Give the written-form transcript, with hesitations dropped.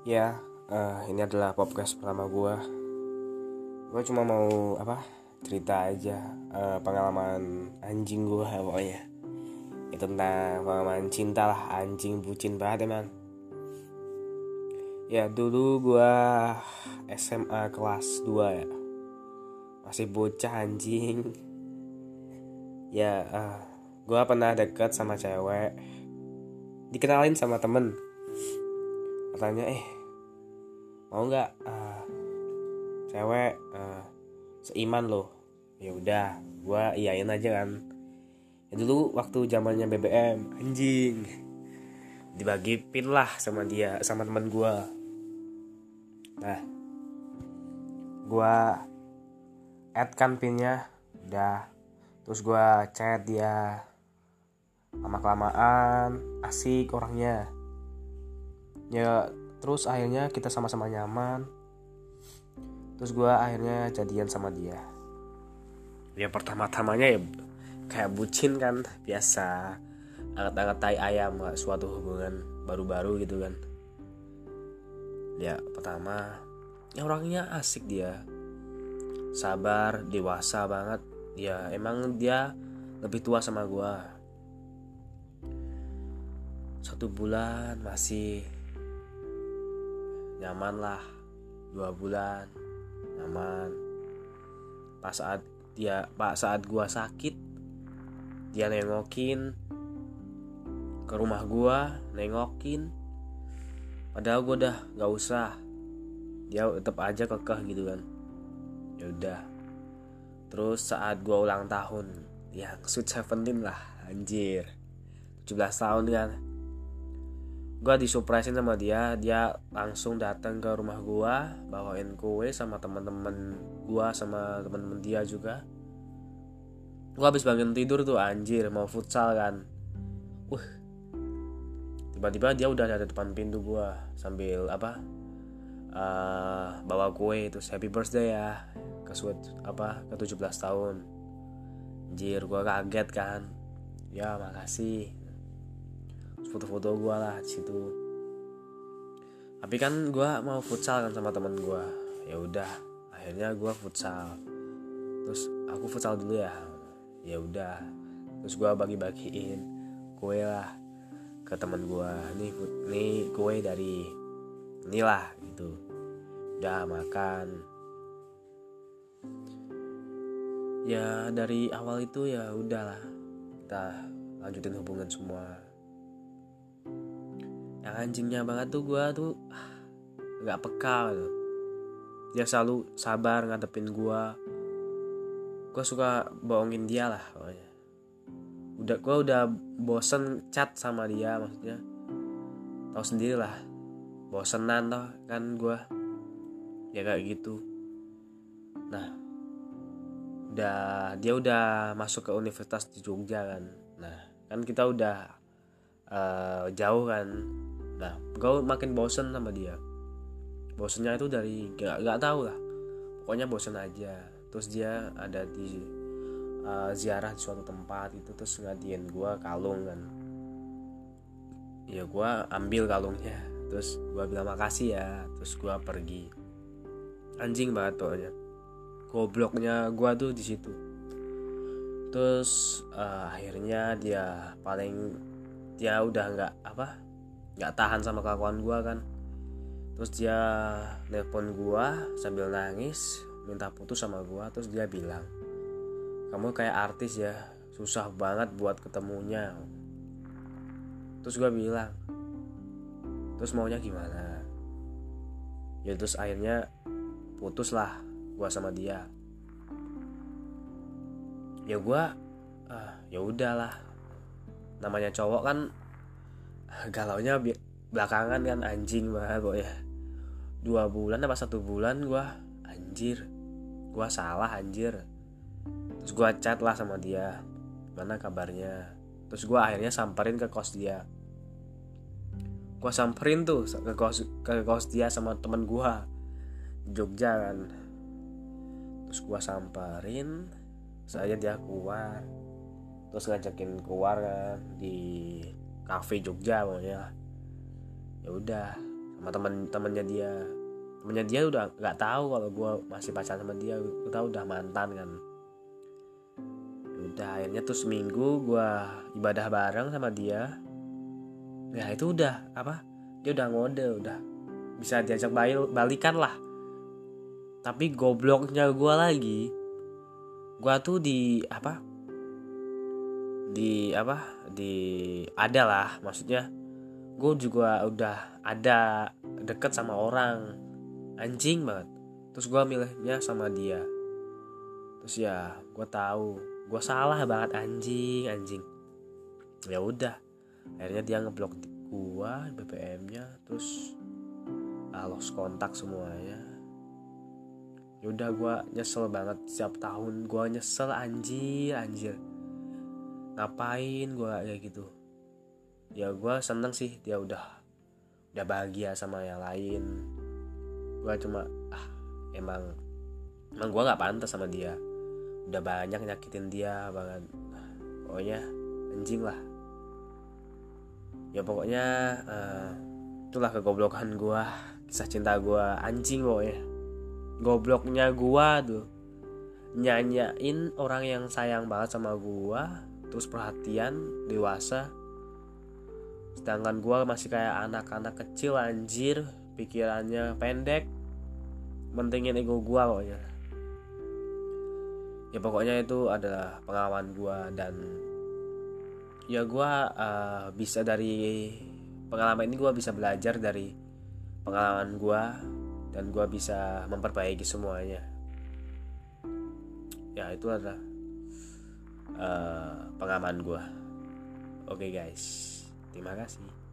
Ya, ini adalah podcast pertama gue. Gue cuma mau cerita aja pengalaman anjing gue pokoknya. Itu tentang pengalaman cinta lah, anjing bucin banget emang. Ya dulu gue SMA kelas 2 ya, masih bocah anjing. Ya, gue pernah deket sama cewek, dikenalin sama temen. Katanya mau nggak cewek seiman loh. Ya udah, gua iyain aja kan. Ya dulu waktu zamannya BBM anjing, dibagi pin lah sama dia, sama teman gua. Nah, gua add kan pinnya, udah. Terus gua chat dia, lama kelamaan asik orangnya. Ya terus akhirnya kita sama-sama nyaman. Terus gue akhirnya jadian sama dia. Ya pertama-tamanya ya kayak bucin kan, biasa anget-anget tai ayam, gak suatu hubungan baru-baru gitu kan. Ya pertama, ya orangnya asik dia, sabar, dewasa banget. Ya emang dia lebih tua sama gue. 1 bulan masih nyaman lah, 2 bulan nyaman. Pas saat gua sakit, dia nengokin ke rumah gua, nengokin. Padahal gua udah gak usah, dia tetap aja kekeh gitu kan. Ya udah. Terus saat gua ulang tahun, yang Sweet 17 lah, anjir, 17 tahun kan, gue disurprisein sama dia langsung datang ke rumah gue, bawain kue sama teman-teman gue, sama teman-teman dia juga. Gue habis bangun tidur tuh anjir, mau futsal kan. Tiba-tiba dia udah ada depan pintu gue sambil bawa kue itu, happy birthday ya ke 17 tahun. Anjir, gue kaget kan. Ya makasih. Foto-foto gue lah di situ. Tapi kan gue mau futsal kan sama teman gue. Ya udah, akhirnya gue futsal. Terus aku futsal dulu ya. Ya udah. Terus gue bagi-bagiin kue lah ke teman gue. Nih kue dari inilah gitu. Udah makan. Ya dari awal itu ya udahlah, kita lanjutin hubungan semua. Yang anjingnya banget tuh gue tuh gak peka gitu. Dia selalu sabar ngadepin gue. Gue suka bohongin dia lah pokoknya. Gue udah bosen chat sama dia, maksudnya tahu sendiri lah, bosenan toh kan gue. Ya kayak gitu. Nah, dia udah masuk ke universitas di Jogja kan. Nah kan kita udah jauh kan. Nah, gue makin bosen sama dia. Bosennya itu dari gak tahu lah. Pokoknya bosen aja. Terus dia ada di ziarah di suatu tempat itu, terus ngadiin gue kalung kan. Ya gue ambil kalungnya. Terus gue bilang makasih ya. Terus gue pergi. Anjing banget pokoknya. Gobloknya gue tuh di situ. Terus akhirnya dia udah nggak tahan sama kelakuan gue kan. Terus dia nelpon gue sambil nangis, minta putus sama gue. Terus dia bilang, kamu kayak artis ya, susah banget buat ketemunya. Terus gue bilang, terus maunya gimana? Ya terus akhirnya putus lah gue sama dia. Ya gue ya udahlah, namanya cowok kan galaunya belakangan kan, anjing banget pokoknya. 2 bulan apa 1 bulan gue salah anjir. Terus gue chat lah sama dia, mana kabarnya. Terus gue akhirnya samperin ke kos dia. Gue samperin tuh ke kos dia sama temen gue Jogja kan. Terus gue samperin, saya dia keluar, terus ngajakin keluar kan di kafe Jogja pokoknya. Ya udah, sama temennya dia udah nggak tahu kalau gue masih pacaran sama dia, kita udah mantan kan. Udah akhirnya tuh seminggu gue ibadah bareng sama dia, ya itu udah dia udah ngode, udah bisa diajak balikan lah. Tapi gobloknya gue lagi, gue tuh di ada lah, maksudnya gue juga udah ada deket sama orang, anjing banget. Terus gue milihnya sama dia. Terus ya gue tahu gue salah banget, anjing. Ya udah, akhirnya dia ngeblok gue BBM-nya, terus lost kontak semuanya. Ya udah, gue nyesel banget. Setiap tahun gue nyesel, anjir. Ngapain gue kayak gitu? Ya gue seneng sih dia udah bahagia sama yang lain. Gue cuma emang gue nggak pantas sama dia. Udah banyak nyakitin dia banget. Pokoknya anjing lah. Ya pokoknya itulah kegoblokan gue, kisah cinta gue, anjing pokoknya. Gobloknya gue tuh nyanyain orang yang sayang banget sama gue, terus perhatian, dewasa, sedangkan gue masih kayak anak-anak kecil, anjir. Pikirannya pendek, mentingin ego gue pokoknya. Ya pokoknya itu adalah pengalaman gue, dan ya gue bisa dari pengalaman ini gue bisa belajar dari pengalaman gue, dan gue bisa memperbaiki semuanya. Ya itu adalah pengalaman gue. Oke guys, terima kasih.